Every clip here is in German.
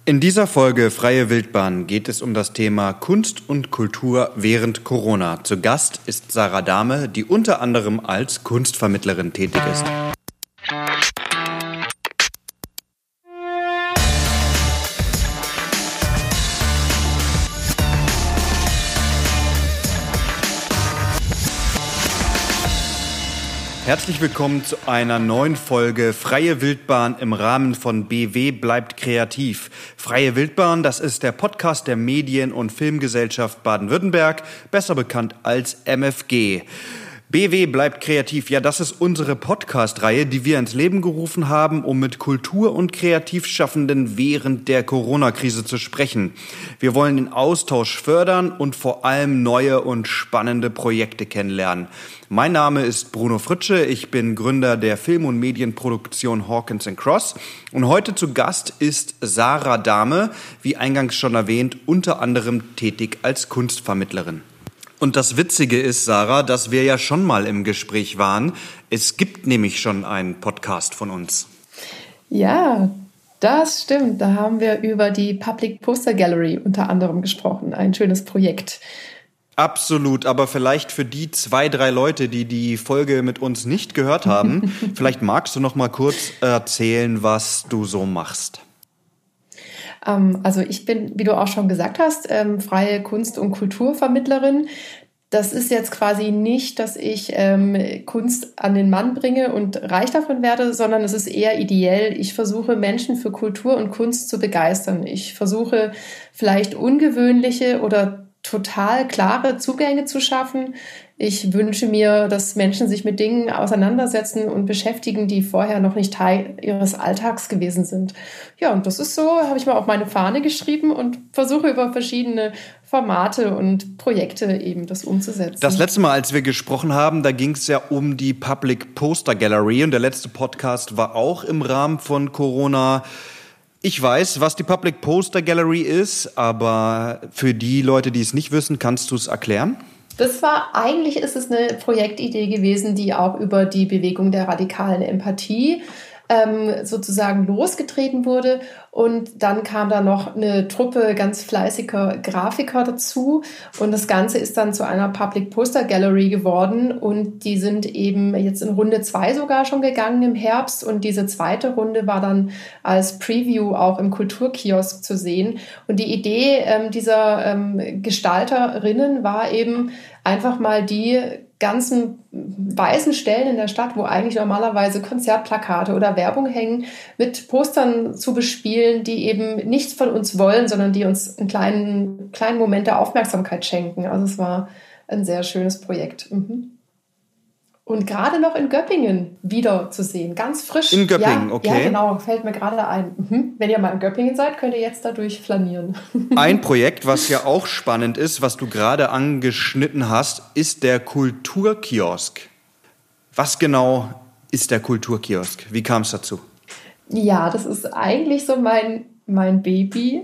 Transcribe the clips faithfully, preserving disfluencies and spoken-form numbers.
In dieser Folge Freie Wildbahn geht es um das Thema Kunst und Kultur während Corona. Zu Gast ist Sarah Dahme, die unter anderem als Kunstvermittlerin tätig ist. Herzlich willkommen zu einer neuen Folge Freie Wildbahn im Rahmen von B W bleibt kreativ. Freie Wildbahn, das ist der Podcast der Medien- und Filmgesellschaft Baden-Württemberg, besser bekannt als M F G. B W bleibt kreativ, ja, das ist unsere Podcast-Reihe, die wir ins Leben gerufen haben, um mit Kultur- und Kreativschaffenden während der Corona-Krise zu sprechen. Wir wollen den Austausch fördern und vor allem neue und spannende Projekte kennenlernen. Mein Name ist Bruno Fritsche, ich bin Gründer der Film- und Medienproduktion Hawkins and Cross und heute zu Gast ist Sarah Dahme, wie eingangs schon erwähnt, unter anderem tätig als Kunstvermittlerin. Und das Witzige ist, Sarah, dass wir ja schon mal im Gespräch waren. Es gibt nämlich schon einen Podcast von uns. Ja, das stimmt. Da haben wir über die Public Poster Gallery unter anderem gesprochen. Ein schönes Projekt. Absolut, aber vielleicht für die zwei, drei Leute, die die Folge mit uns nicht gehört haben, vielleicht magst du noch mal kurz erzählen, was du so machst. Also ich bin, wie du auch schon gesagt hast, freie Kunst- und Kulturvermittlerin. Das ist jetzt quasi nicht, dass ich ähm, Kunst an den Mann bringe und reich davon werde, sondern es ist eher ideell. Ich versuche, Menschen für Kultur und Kunst zu begeistern. Ich versuche, vielleicht ungewöhnliche oder total klare Zugänge zu schaffen. Ich wünsche mir, dass Menschen sich mit Dingen auseinandersetzen und beschäftigen, die vorher noch nicht Teil ihres Alltags gewesen sind. Ja, und das ist so, habe ich mal auf meine Fahne geschrieben und versuche über verschiedene Formate und Projekte eben das umzusetzen. Das letzte Mal, als wir gesprochen haben, da ging es ja um die Public Poster Gallery und der letzte Podcast war auch im Rahmen von Corona. Ich weiß, was die Public Poster Gallery ist, aber für die Leute, die es nicht wissen, kannst du es erklären? Das war, eigentlich ist es eine Projektidee gewesen, die auch über die Bewegung der radikalen Empathie ähm, sozusagen losgetreten wurde. Und dann kam da noch eine Truppe ganz fleißiger Grafiker dazu. Und das Ganze ist dann zu einer Public Poster Gallery geworden. Und die sind eben jetzt in Runde zwei sogar schon gegangen im Herbst. Und diese zweite Runde war dann als Preview auch im Kulturkiosk zu sehen. Und die Idee ähm, dieser ähm, Gestalterinnen war eben einfach mal die ganzen weißen Stellen in der Stadt, wo eigentlich normalerweise Konzertplakate oder Werbung hängen, mit Postern zu bespielen, die eben nichts von uns wollen, sondern die uns einen kleinen, kleinen Moment der Aufmerksamkeit schenken. Also es war ein sehr schönes Projekt. Mhm. Und gerade noch in Göppingen wieder zu sehen, ganz frisch. In Göppingen, ja, okay. Ja, genau, fällt mir gerade ein. Mhm. Wenn ihr mal in Göppingen seid, könnt ihr jetzt dadurch flanieren. Ein Projekt, was ja auch spannend ist, was du gerade angeschnitten hast, ist der Kulturkiosk. Was genau ist der Kulturkiosk? Wie kam es dazu? Ja, das ist eigentlich so mein, mein Baby,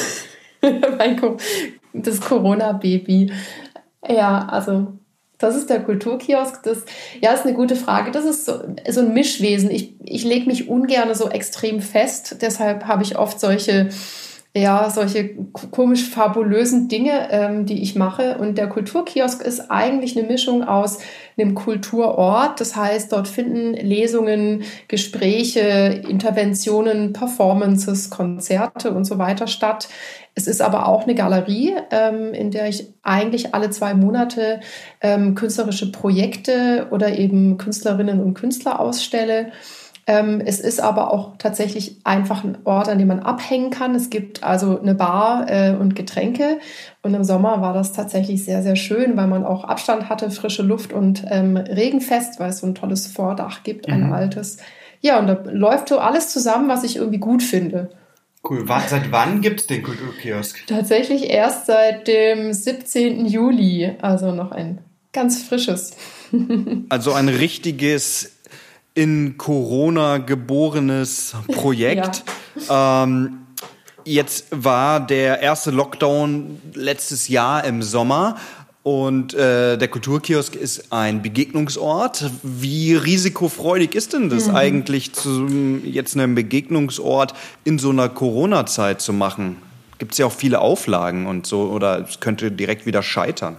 mein Co- das Corona-Baby. Ja, also das ist der Kulturkiosk. Das ja, ist eine gute Frage. Das ist so, so ein Mischwesen. Ich, ich lege mich ungern so extrem fest. Deshalb habe ich oft solche, ja, solche komisch fabulösen Dinge, ähm, die ich mache. Und der Kulturkiosk ist eigentlich eine Mischung aus einem Kulturort. Das heißt, dort finden Lesungen, Gespräche, Interventionen, Performances, Konzerte und so weiter statt. Es ist aber auch eine Galerie, ähm, in der ich eigentlich alle zwei Monate ähm, künstlerische Projekte oder eben Künstlerinnen und Künstler ausstelle. Ähm, es ist aber auch tatsächlich einfach ein Ort, an dem man abhängen kann. Es gibt also eine Bar äh, und Getränke. Und im Sommer war das tatsächlich sehr, sehr schön, weil man auch Abstand hatte, frische Luft und ähm, regenfest, weil es so ein tolles Vordach gibt, ein mhm. altes. Ja, und da läuft so alles zusammen, was ich irgendwie gut finde. Cool. Seit wann gibt es den Kulturkiosk? Tatsächlich erst seit dem siebzehnten Juli, also noch ein ganz frisches. Also ein richtiges in Corona geborenes Projekt. Ja. Ähm, jetzt war der erste Lockdown letztes Jahr im Sommer Und äh, der Kulturkiosk ist ein Begegnungsort. Wie risikofreudig ist denn das mhm. eigentlich, zu, jetzt einen Begegnungsort in so einer Corona-Zeit zu machen? Gibt es ja auch viele Auflagen und so, oder es könnte direkt wieder scheitern.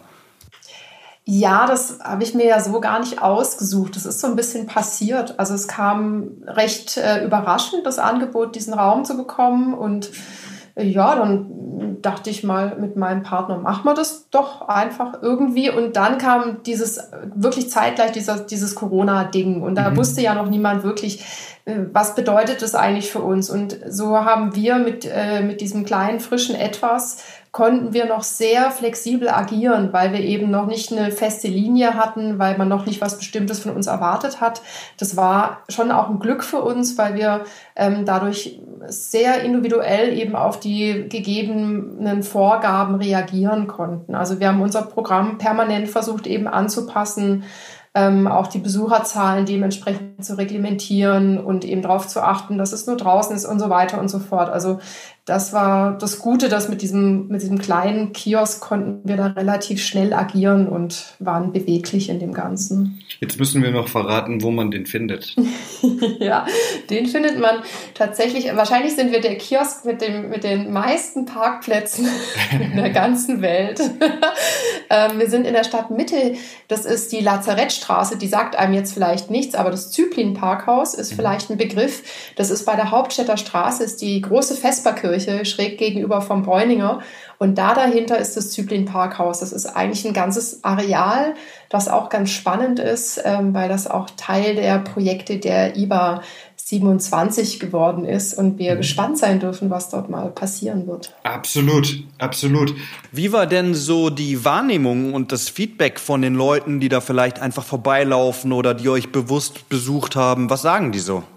Ja, das habe ich mir ja so gar nicht ausgesucht. Das ist so ein bisschen passiert. Also es kam recht äh, überraschend, das Angebot, diesen Raum zu bekommen. Und äh, ja, dann dachte ich mal mit meinem Partner, machen wir das doch einfach irgendwie. Und dann kam dieses, wirklich zeitgleich dieser, dieses Corona-Ding. Und da mhm. wusste ja noch niemand wirklich, äh, was bedeutet das eigentlich für uns. Und so haben wir mit, äh, mit diesem kleinen, frischen Etwas konnten wir noch sehr flexibel agieren, weil wir eben noch nicht eine feste Linie hatten, weil man noch nicht was Bestimmtes von uns erwartet hat. Das war schon auch ein Glück für uns, weil wir ähm, dadurch sehr individuell eben auf die gegebenen Vorgaben reagieren konnten. Also wir haben unser Programm permanent versucht eben anzupassen, ähm, auch die Besucherzahlen dementsprechend zu reglementieren und eben darauf zu achten, dass es nur draußen ist und so weiter und so fort. Also das war das Gute, dass mit diesem, mit diesem kleinen Kiosk konnten wir da relativ schnell agieren und waren beweglich in dem Ganzen. Jetzt müssen wir noch verraten, wo man den findet. Ja, den findet man tatsächlich, wahrscheinlich sind wir der Kiosk mit dem, mit den meisten Parkplätzen in der ganzen Welt. ähm, wir sind in der Stadtmitte, das ist die Lazarettstraße, die sagt einem jetzt vielleicht nichts, aber das Zyplin-Parkhaus ist vielleicht ein Begriff. Das ist bei der Hauptstädter Straße, ist die große Vesperkirche, schräg gegenüber vom Bräuninger. Und da dahinter ist das Zyplin-Parkhaus. Das ist eigentlich ein ganzes Areal, das auch ganz spannend ist, ähm, weil das auch Teil der Projekte der I B A siebenundzwanzig geworden ist und wir mhm. gespannt sein dürfen, was dort mal passieren wird. Absolut, absolut. Wie war denn so die Wahrnehmung und das Feedback von den Leuten, die da vielleicht einfach vorbeilaufen oder die euch bewusst besucht haben? Was sagen die so?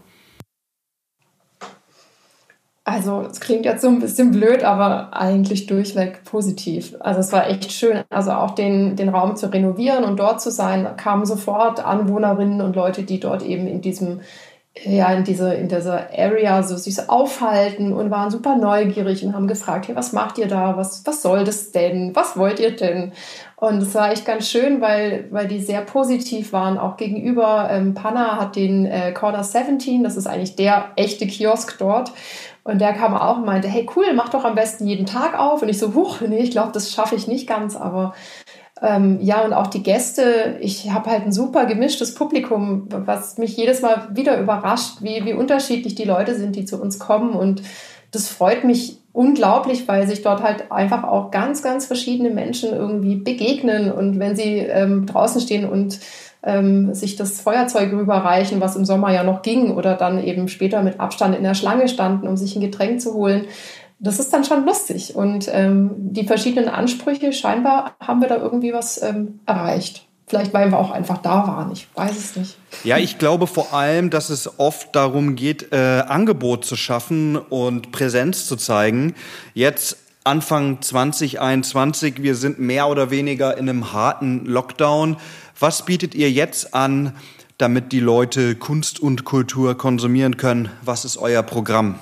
Also es klingt jetzt so ein bisschen blöd, aber eigentlich durchweg positiv. Also es war echt schön, also auch den, den Raum zu renovieren und dort zu sein. Da kamen sofort Anwohnerinnen und Leute, die dort eben in diesem, ja, in dieser, in dieser Area so sich so aufhalten und waren super neugierig und haben gefragt, hey, was macht ihr da? Was, was soll das denn? Was wollt ihr denn? Und es war echt ganz schön, weil, weil die sehr positiv waren, auch gegenüber. Ähm, Panna hat den äh, Corner siebzehn, das ist eigentlich der echte Kiosk dort. Und der kam auch und meinte, hey cool, mach doch am besten jeden Tag auf. Und ich so, huch, nee, ich glaube, das schaffe ich nicht ganz. Aber ähm, ja, und auch die Gäste, ich habe halt ein super gemischtes Publikum, was mich jedes Mal wieder überrascht, wie, wie unterschiedlich die Leute sind, die zu uns kommen. Und das freut mich unglaublich, weil sich dort halt einfach auch ganz, ganz verschiedene Menschen irgendwie begegnen. Und wenn sie ähm, draußen stehen und ähm, sich das Feuerzeug rüberreichen, was im Sommer ja noch ging, oder dann eben später mit Abstand in der Schlange standen, um sich ein Getränk zu holen, das ist dann schon lustig. Und ähm, die verschiedenen Ansprüche, scheinbar haben wir da irgendwie was ähm, erreicht. Vielleicht, weil wir auch einfach da waren. Ich weiß es nicht. Ja, ich glaube vor allem, dass es oft darum geht, äh, Angebot zu schaffen und Präsenz zu zeigen. Jetzt Anfang zwanzig einundzwanzig, wir sind mehr oder weniger in einem harten Lockdown. Was bietet ihr jetzt an, damit die Leute Kunst und Kultur konsumieren können? Was ist euer Programm?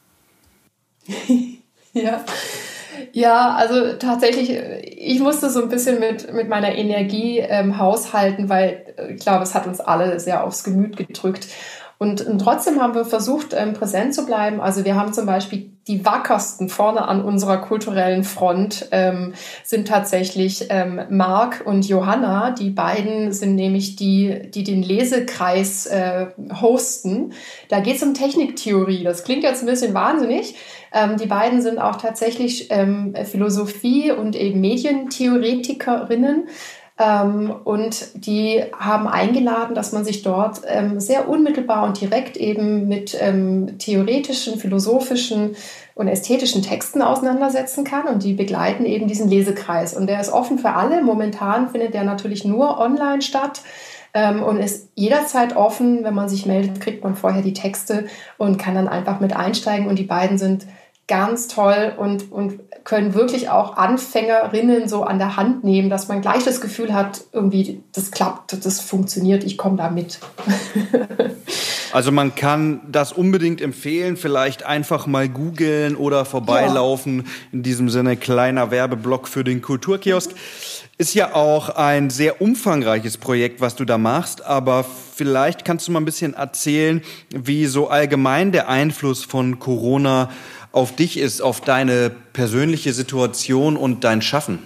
ja. Ja, also tatsächlich, ich musste so ein bisschen mit, mit meiner Energie ähm, haushalten, weil ich glaube, es hat uns alle sehr aufs Gemüt gedrückt. Und, und trotzdem haben wir versucht, ähm, präsent zu bleiben. Also wir haben zum Beispiel die wackersten vorne an unserer kulturellen Front ähm, sind tatsächlich ähm, Marc und Johanna. Die beiden sind nämlich die, die den Lesekreis äh, hosten. Da geht es um Techniktheorie. Das klingt jetzt ein bisschen wahnsinnig. Ähm, die beiden sind auch tatsächlich ähm, Philosophie- und eben Medientheoretikerinnen. Ähm, und die haben eingeladen, dass man sich dort ähm, sehr unmittelbar und direkt eben mit ähm, theoretischen, philosophischen und ästhetischen Texten auseinandersetzen kann. Und die begleiten eben diesen Lesekreis. Und der ist offen für alle. Momentan findet der natürlich nur online statt. Ähm, und ist jederzeit offen. Wenn man sich meldet, kriegt man vorher die Texte und kann dann einfach mit einsteigen. Und die beiden sind ganz toll und, und können wirklich auch Anfängerinnen so an der Hand nehmen, dass man gleich das Gefühl hat, irgendwie, das klappt, das funktioniert, ich komme da mit. Also man kann das unbedingt empfehlen, vielleicht einfach mal googeln oder vorbeilaufen. Ja. In diesem Sinne kleiner Werbeblock für den Kulturkiosk. Ist ja auch ein sehr umfangreiches Projekt, was du da machst, aber vielleicht kannst du mal ein bisschen erzählen, wie so allgemein der Einfluss von Corona auf dich ist, auf deine persönliche Situation und dein Schaffen.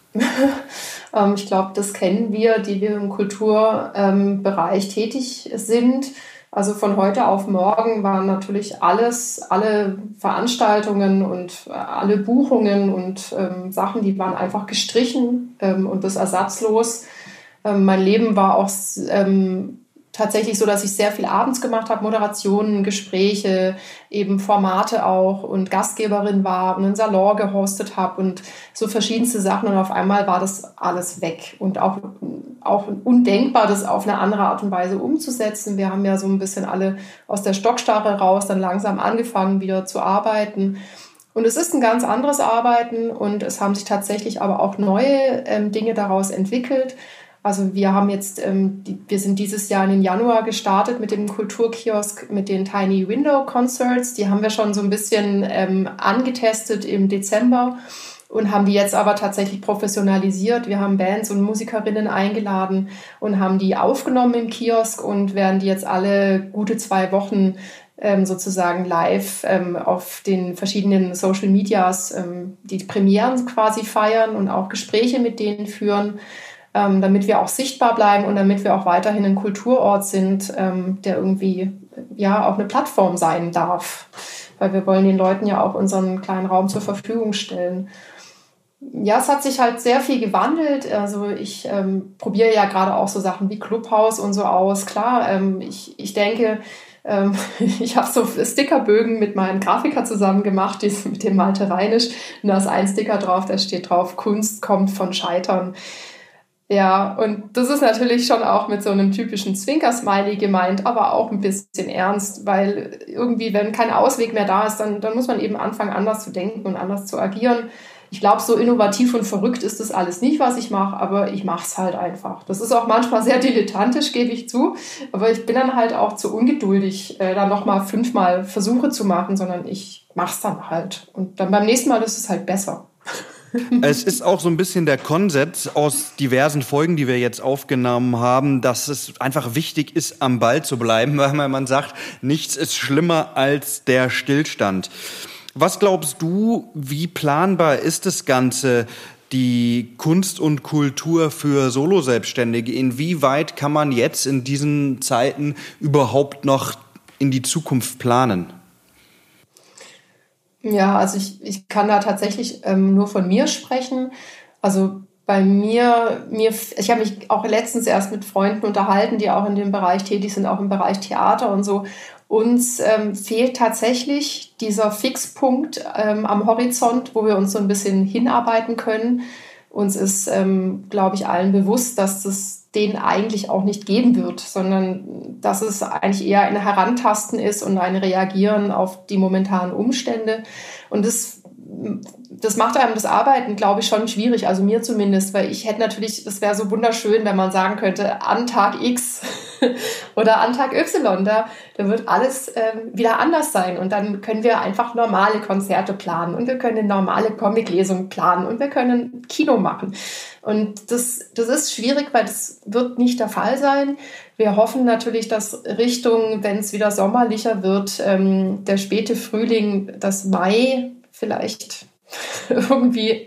ähm, ich glaube, das kennen wir, die wir im Kulturbereich ähm, tätig sind. Also von heute auf morgen waren natürlich alles, alle Veranstaltungen und alle Buchungen und ähm, Sachen, die waren einfach gestrichen ähm, und das ersatzlos. Ähm, mein Leben war auch ähm, tatsächlich so, dass ich sehr viel abends gemacht habe, Moderationen, Gespräche, eben Formate auch und Gastgeberin war und einen Salon gehostet habe und so verschiedenste Sachen und auf einmal war das alles weg und auch, auch undenkbar, das auf eine andere Art und Weise umzusetzen. Wir haben ja so ein bisschen alle aus der Stockstarre raus dann langsam angefangen, wieder zu arbeiten. Und es ist ein ganz anderes Arbeiten und es haben sich tatsächlich aber auch neue ähm, Dinge daraus entwickelt. Also wir haben jetzt, ähm, die, wir sind dieses Jahr in den Januar gestartet mit dem Kulturkiosk, mit den Tiny Window Concerts. Die haben wir schon so ein bisschen ähm, angetestet im Dezember und haben die jetzt aber tatsächlich professionalisiert. Wir haben Bands und Musikerinnen eingeladen und haben die aufgenommen im Kiosk und werden die jetzt alle gute zwei Wochen ähm, sozusagen live ähm, auf den verschiedenen Social Medias ähm, die Premieren quasi feiern und auch Gespräche mit denen führen, Ähm, damit wir auch sichtbar bleiben und damit wir auch weiterhin ein Kulturort sind, ähm, der irgendwie ja auch eine Plattform sein darf. Weil wir wollen den Leuten ja auch unseren kleinen Raum zur Verfügung stellen. Ja, es hat sich halt sehr viel gewandelt. Also ich ähm, probiere ja gerade auch so Sachen wie Clubhouse und so aus. Klar, ähm, ich, ich denke, ähm, ich habe so Stickerbögen mit meinem Grafiker zusammen gemacht, die ist mit dem Malte Reinisch. Und da ist ein Sticker drauf, da steht drauf, Kunst kommt von Scheitern. Ja, und das ist natürlich schon auch mit so einem typischen Zwinker-Smiley gemeint, aber auch ein bisschen ernst, weil irgendwie, wenn kein Ausweg mehr da ist, dann, dann muss man eben anfangen, anders zu denken und anders zu agieren. Ich glaube, so innovativ und verrückt ist das alles nicht, was ich mache, aber ich mache es halt einfach. Das ist auch manchmal sehr dilettantisch, gebe ich zu, aber ich bin dann halt auch zu ungeduldig, äh, da nochmal fünfmal Versuche zu machen, sondern ich mache es dann halt. Und dann beim nächsten Mal ist es halt besser. Es ist auch so ein bisschen der Konsens aus diversen Folgen, die wir jetzt aufgenommen haben, dass es einfach wichtig ist, am Ball zu bleiben, weil man sagt, nichts ist schlimmer als der Stillstand. Was glaubst du, wie planbar ist das Ganze, die Kunst und Kultur für Solo-Selbstständige? Inwieweit kann man jetzt in diesen Zeiten überhaupt noch in die Zukunft planen? Ja, also ich, ich kann da tatsächlich ähm, nur von mir sprechen. Also bei mir, mir, ich habe mich auch letztens erst mit Freunden unterhalten, die auch in dem Bereich tätig sind, auch im Bereich Theater und so. Uns ähm, fehlt tatsächlich dieser Fixpunkt ähm, am Horizont, wo wir uns so ein bisschen hinarbeiten können. Uns ist, ähm, glaube ich, allen bewusst, dass das den eigentlich auch nicht geben wird, sondern dass es eigentlich eher ein Herantasten ist und ein Reagieren auf die momentanen Umstände. Und das, das macht einem das Arbeiten, glaube ich, schon schwierig, also mir zumindest, weil ich hätte natürlich, das wäre so wunderschön, wenn man sagen könnte, an Tag X oder an Tag Y, da, da wird alles äh, wieder anders sein und dann können wir einfach normale Konzerte planen und wir können eine normale Comiclesung planen und wir können Kino machen. Und das, das ist schwierig, weil das wird nicht der Fall sein. Wir hoffen natürlich, dass Richtung, wenn es wieder sommerlicher wird, ähm, der späte Frühling, das Mai vielleicht irgendwie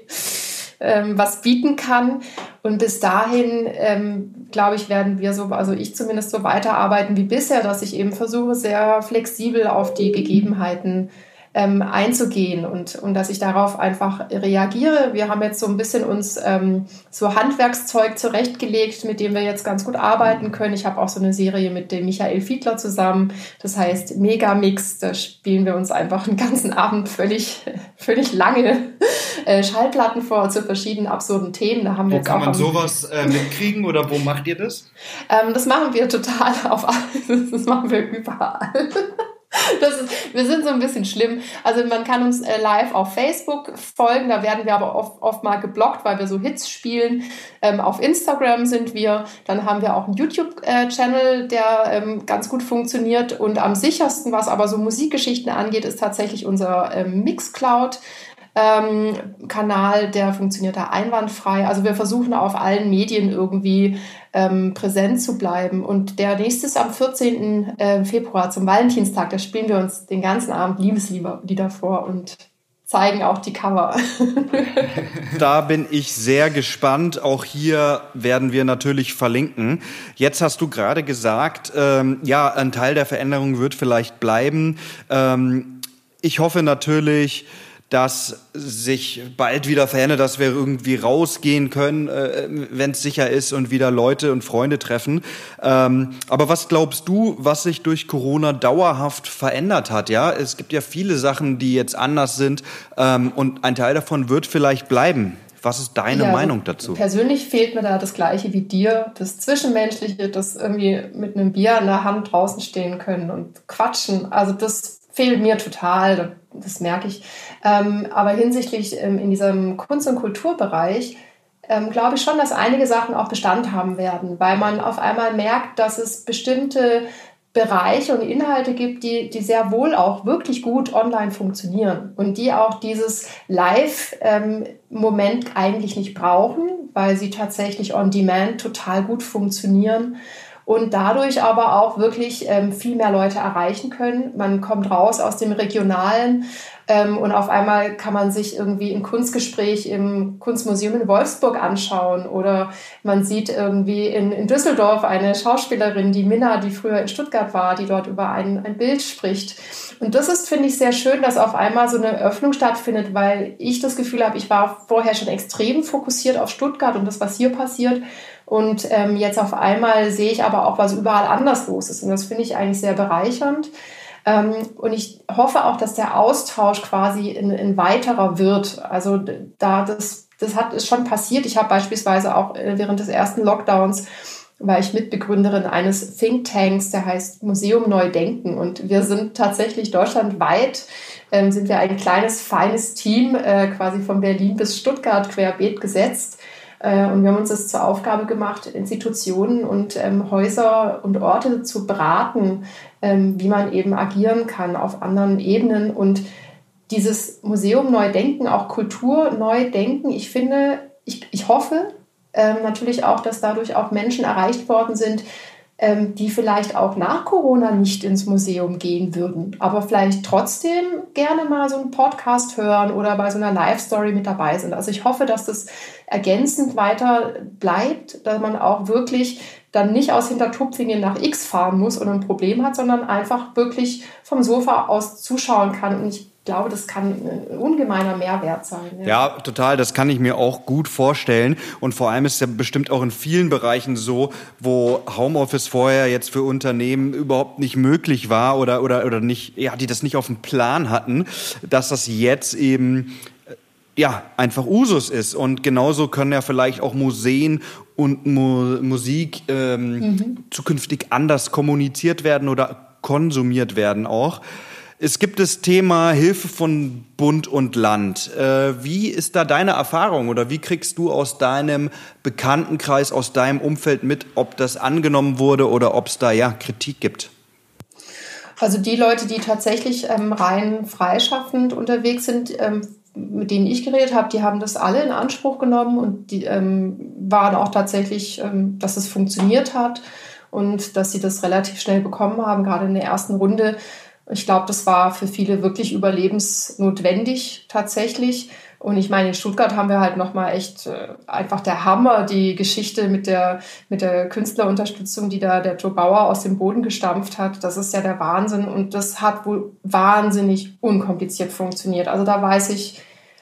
ähm, was bieten kann. Und bis dahin, ähm, glaube ich, werden wir so, also ich zumindest so weiterarbeiten wie bisher, dass ich eben versuche, sehr flexibel auf die Gegebenheiten ähm, einzugehen und, und dass ich darauf einfach reagiere. Wir haben jetzt so ein bisschen uns ähm, so Handwerkszeug zurechtgelegt, mit dem wir jetzt ganz gut arbeiten können. Ich habe auch so eine Serie mit dem Michael Fiedler zusammen. Das heißt Megamix. Da spielen wir uns einfach einen ganzen Abend völlig, völlig lange äh, Schallplatten vor zu verschiedenen absurden Themen. Da haben wir wo jetzt kann auch man sowas äh, mitkriegen oder wo macht ihr das? Ähm, das machen wir total auf alles. Das machen wir überall. Das ist, wir sind so ein bisschen schlimm. Also man kann uns äh, live auf Facebook folgen, da werden wir aber oft, oft mal geblockt, weil wir so Hits spielen. Ähm, auf Instagram sind wir, dann haben wir auch einen YouTube-Channel, der ähm, ganz gut funktioniert. Und am sichersten, was aber so Musikgeschichten angeht, ist tatsächlich unser ähm, Mixcloud. ähm, Kanal, der funktioniert da einwandfrei. Also wir versuchen auf allen Medien irgendwie ähm, präsent zu bleiben. Und der nächste ist am vierzehnten Februar zum Valentinstag. Da spielen wir uns den ganzen Abend Liebeslieder vor und zeigen auch die Cover. Da bin ich sehr gespannt. Auch hier werden wir natürlich verlinken. Jetzt hast du gerade gesagt, ähm, ja, ein Teil der Veränderung wird vielleicht bleiben. Ähm, ich hoffe natürlich, dass sich bald wieder verändert, dass wir irgendwie rausgehen können, äh, wenn es sicher ist und wieder Leute und Freunde treffen. Ähm, aber was glaubst du, was sich durch Corona dauerhaft verändert hat? Ja, es gibt ja viele Sachen, die jetzt anders sind, ähm, und ein Teil davon wird vielleicht bleiben. Was ist deine ja, Meinung dazu? Persönlich fehlt mir da das Gleiche wie dir, das Zwischenmenschliche, das irgendwie mit einem Bier in der Hand draußen stehen können und quatschen. Also das fehlt mir total, das merke ich. Ähm, aber hinsichtlich ähm, in diesem Kunst- und Kulturbereich ähm, glaube ich schon, dass einige Sachen auch Bestand haben werden, weil man auf einmal merkt, dass es bestimmte Bereiche und Inhalte gibt, die, die sehr wohl auch wirklich gut online funktionieren und die auch dieses Live-Moment ähm, eigentlich nicht brauchen, weil sie tatsächlich on demand total gut funktionieren. Und dadurch aber auch wirklich ähm, viel mehr Leute erreichen können. Man kommt raus aus dem Regionalen ähm, und auf einmal kann man sich irgendwie ein Kunstgespräch im Kunstmuseum in Wolfsburg anschauen oder man sieht irgendwie in, in Düsseldorf eine Schauspielerin, die Minna, die früher in Stuttgart war, die dort über ein, ein Bild spricht. Und das ist, finde ich, sehr schön, dass auf einmal so eine Öffnung stattfindet, weil ich das Gefühl habe, ich war vorher schon extrem fokussiert auf Stuttgart und das, was hier passiert. Und ähm, jetzt auf einmal sehe ich aber auch, was überall anders los ist. Und das finde ich eigentlich sehr bereichernd. Ähm, und ich hoffe auch, dass der Austausch quasi ein, ein weiterer wird. Also da das, das hat ist schon passiert. Ich habe beispielsweise auch während des ersten Lockdowns war ich Mitbegründerin eines Thinktanks, der heißt Museum Neu Denken. Und wir sind tatsächlich deutschlandweit, ähm, sind wir ein kleines, feines Team, äh, quasi von Berlin bis Stuttgart querbeet gesetzt. Und wir haben uns das zur Aufgabe gemacht, Institutionen und ähm, Häuser und Orte zu beraten, ähm, wie man eben agieren kann auf anderen Ebenen. Und dieses Museum neu denken, auch Kultur neu denken, ich finde, ich, ich hoffe ähm, natürlich auch, dass dadurch auch Menschen erreicht worden sind, ähm, die vielleicht auch nach Corona nicht ins Museum gehen würden, aber vielleicht trotzdem gerne mal so einen Podcast hören oder bei so einer Live-Story mit dabei sind. Also ich hoffe, dass das ergänzend weiter bleibt, dass man auch wirklich dann nicht aus Hintertupfingen nach X fahren muss und ein Problem hat, sondern einfach wirklich vom Sofa aus zuschauen kann. Und ich glaube, das kann ein ungemeiner Mehrwert sein. Ja. ja, total. Das kann ich mir auch gut vorstellen. Und vor allem ist es ja bestimmt auch in vielen Bereichen so, wo Homeoffice vorher jetzt für Unternehmen überhaupt nicht möglich war oder, oder, oder nicht, ja, die das nicht auf dem Plan hatten, dass das jetzt eben ja, einfach Usus ist. Und genauso können ja vielleicht auch Museen und Mu- Musik ähm, mhm. zukünftig anders kommuniziert werden oder konsumiert werden auch. Es gibt das Thema Hilfe von Bund und Land. Äh, wie ist da deine Erfahrung oder wie kriegst du aus deinem Bekanntenkreis, aus deinem Umfeld mit, ob das angenommen wurde oder ob es da ja Kritik gibt? Also die Leute, die tatsächlich ähm, rein freischaffend unterwegs sind, ähm, mit denen ich geredet habe, die haben das alle in Anspruch genommen und die ähm, waren auch tatsächlich, ähm, dass es funktioniert hat und dass sie das relativ schnell bekommen haben, gerade in der ersten Runde. Ich glaube, das war für viele wirklich überlebensnotwendig tatsächlich. Und ich meine, in Stuttgart haben wir halt nochmal echt äh, einfach der Hammer, die Geschichte mit der, mit der Künstlerunterstützung, die da der Joe Bauer aus dem Boden gestampft hat. Das ist ja der Wahnsinn. Und das hat wohl wahnsinnig unkompliziert funktioniert. Also da weiß ich,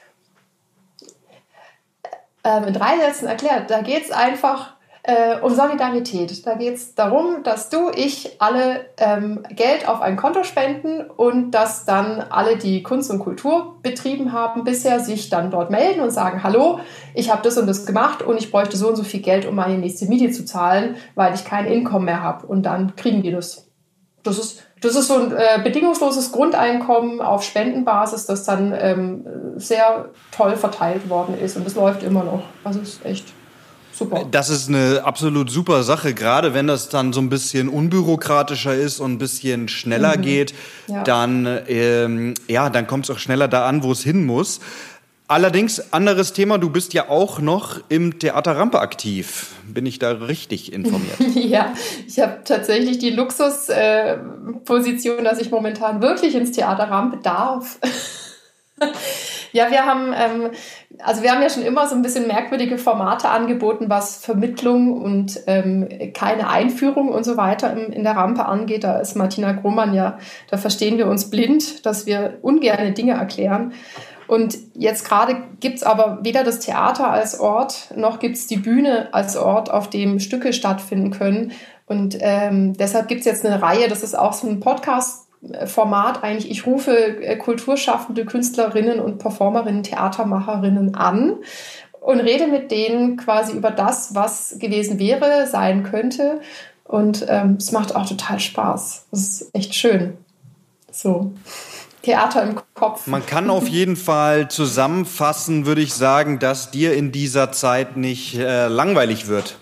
äh, in drei Sätzen erklärt, da geht es einfach Äh, um Solidarität. Da geht es darum, dass du, ich, alle ähm, Geld auf ein Konto spenden und dass dann alle, die Kunst und Kultur betrieben haben, bisher sich dann dort melden und sagen, hallo, ich habe das und das gemacht und ich bräuchte so und so viel Geld, um meine nächste Miete zu zahlen, weil ich kein Einkommen mehr habe. Und dann kriegen die das. Das ist, das ist so ein äh, bedingungsloses Grundeinkommen auf Spendenbasis, das dann ähm, sehr toll verteilt worden ist. Und das läuft immer noch. Also ist echt super. Das ist eine absolut super Sache, gerade wenn das dann so ein bisschen unbürokratischer ist und ein bisschen schneller mhm. geht, ja. dann, ähm, ja, dann kommt es auch schneller da an, wo es hin muss. Allerdings, anderes Thema, du bist ja auch noch im Theater Rampe aktiv. Bin ich da richtig informiert? Ja, ich habe tatsächlich die Luxusposition, äh, dass ich momentan wirklich ins Theater Rampe darf. Ja, wir haben, ähm, also wir haben ja schon immer so ein bisschen merkwürdige Formate angeboten, was Vermittlung und ähm, keine Einführung und so weiter in, in der Rampe angeht. Da ist Martina Grohmann ja, da verstehen wir uns blind, dass wir ungerne Dinge erklären. Und jetzt gerade gibt's aber weder das Theater als Ort, noch gibt's die Bühne als Ort, auf dem Stücke stattfinden können. Und ähm, deshalb gibt's jetzt eine Reihe, das ist auch so ein Podcast-Format eigentlich. Ich rufe äh, kulturschaffende Künstlerinnen und Performerinnen, Theatermacherinnen an und rede mit denen quasi über das, was gewesen wäre, sein könnte. Und ähm, es macht auch total Spaß. Es ist echt schön. So. Theater im Kopf. Man kann auf jeden Fall zusammenfassen, würde ich sagen, dass dir in dieser Zeit nicht äh, langweilig wird.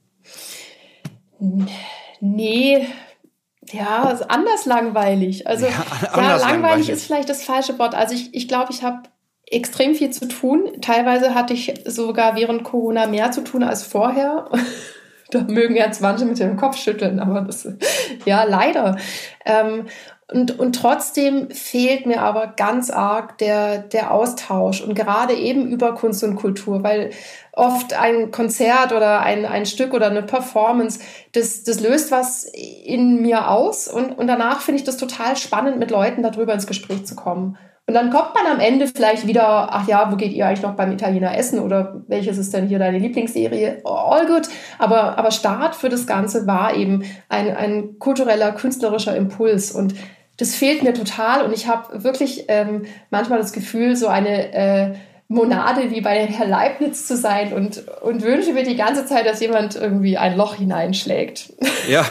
Nee, ja, ist anders langweilig. Also, ja, ja anders langweilig, langweilig ist vielleicht das falsche Wort. Also ich, ich glaube, ich habe extrem viel zu tun. Teilweise hatte ich sogar während Corona mehr zu tun als vorher. Da mögen jetzt manche mit dem Kopf schütteln, aber das, ja, leider. Ähm, Und, und trotzdem fehlt mir aber ganz arg der, der Austausch und gerade eben über Kunst und Kultur, weil oft ein Konzert oder ein, ein Stück oder eine Performance, das, das löst was in mir aus und, und danach finde ich das total spannend, mit Leuten darüber ins Gespräch zu kommen. Und dann kommt man am Ende vielleicht wieder, ach ja, wo geht ihr eigentlich noch beim Italiener essen oder welches ist denn hier deine Lieblingsserie? All good. Aber, aber Start für das Ganze war eben ein, ein kultureller, künstlerischer Impuls und das fehlt mir total und ich habe wirklich ähm, manchmal das Gefühl, so eine äh, Monade wie bei Herr Leibniz zu sein und, und wünsche mir die ganze Zeit, dass jemand irgendwie ein Loch hineinschlägt. Ja.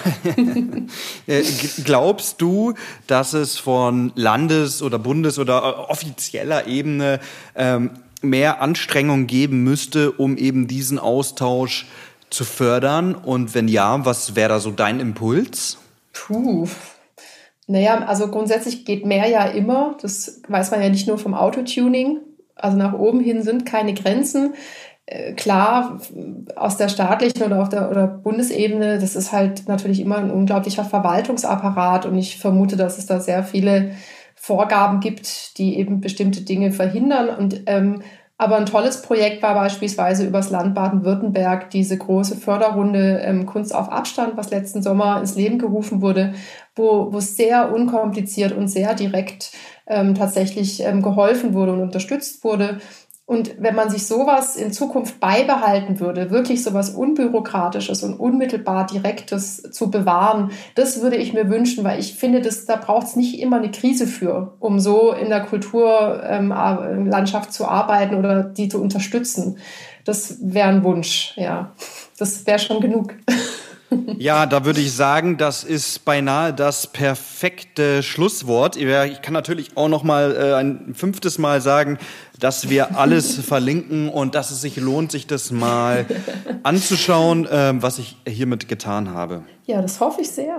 Glaubst du, dass es von Landes- oder Bundes- oder offizieller Ebene ähm, mehr Anstrengung geben müsste, um eben diesen Austausch zu fördern? Und wenn ja, was wäre da so dein Impuls? Puh. Naja, also grundsätzlich geht mehr ja immer. Das weiß man ja nicht nur vom Autotuning. Also nach oben hin sind keine Grenzen. Äh, klar, aus der staatlichen oder auf der oder Bundesebene, das ist halt natürlich immer ein unglaublicher Verwaltungsapparat. Und ich vermute, dass es da sehr viele Vorgaben gibt, die eben bestimmte Dinge verhindern. Und ähm, aber ein tolles Projekt war beispielsweise übers Land Baden-Württemberg diese große Förderrunde ähm, Kunst auf Abstand, was letzten Sommer ins Leben gerufen wurde, wo, wo sehr unkompliziert und sehr direkt ähm, tatsächlich ähm, geholfen wurde und unterstützt wurde. Und wenn man sich sowas in Zukunft beibehalten würde, wirklich sowas Unbürokratisches und unmittelbar Direktes zu bewahren, das würde ich mir wünschen, weil ich finde, dass, da braucht es nicht immer eine Krise für, um so in der Kulturlandschaft ähm, zu arbeiten oder die zu unterstützen. Das wäre ein Wunsch, ja. Das wäre schon genug. Ja, da würde ich sagen, das ist beinahe das perfekte Schlusswort. Ich kann natürlich auch noch mal äh, ein fünftes Mal sagen, dass wir alles verlinken und dass es sich lohnt, sich das mal anzuschauen, äh, was ich hiermit getan habe. Ja, das hoffe ich sehr.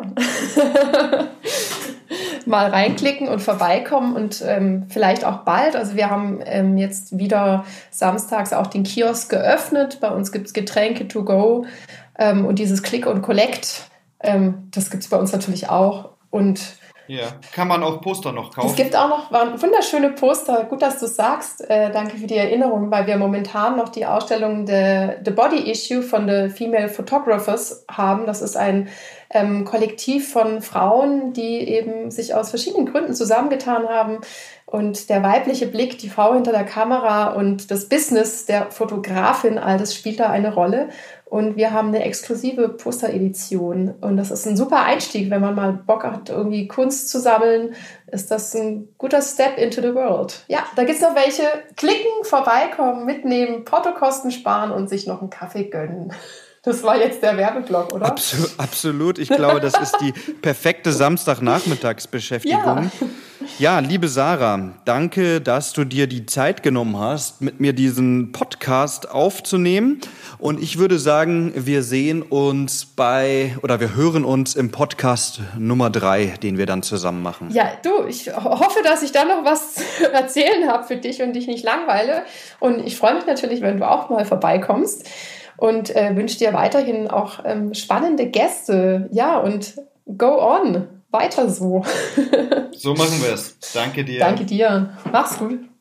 Mal reinklicken und vorbeikommen und ähm, vielleicht auch bald. Also wir haben ähm, jetzt wieder samstags auch den Kiosk geöffnet. Bei uns gibt es Getränke to go. Ähm, und dieses Click und Collect, ähm, das gibt es bei uns natürlich auch. Und ja, kann man auch Poster noch kaufen? Es gibt auch noch waren wunderschöne Poster. Gut, dass du es sagst. Äh, danke für die Erinnerung, weil wir momentan noch die Ausstellung The, The Body Issue von The Female Photographers haben. Das ist ein ähm, Kollektiv von Frauen, die eben sich aus verschiedenen Gründen zusammengetan haben. Und der weibliche Blick, die Frau hinter der Kamera und das Business der Fotografin, all das spielt da eine Rolle. Und wir haben eine exklusive Posteredition. Und das ist ein super Einstieg, wenn man mal Bock hat, irgendwie Kunst zu sammeln, ist das ein guter Step into the world. Ja, da gibt's noch welche. Klicken, vorbeikommen, mitnehmen, Portokosten sparen und sich noch einen Kaffee gönnen. Das war jetzt der Werbeblock, oder? Absolut, absolut. Ich glaube, das ist die perfekte Samstagnachmittagsbeschäftigung. Ja. Ja, liebe Sarah, danke, dass du dir die Zeit genommen hast, mit mir diesen Podcast aufzunehmen. Und ich würde sagen, wir sehen uns bei, oder wir hören uns im Podcast Nummer drei, den wir dann zusammen machen. Ja, du, ich hoffe, dass ich da noch was zu erzählen habe für dich und dich nicht langweile. Und ich freue mich natürlich, wenn du auch mal vorbeikommst und äh, wünsche dir weiterhin auch ähm, spannende Gäste. Ja, und go on, weiter so. So machen wir es. Danke dir. Danke dir. Mach's gut.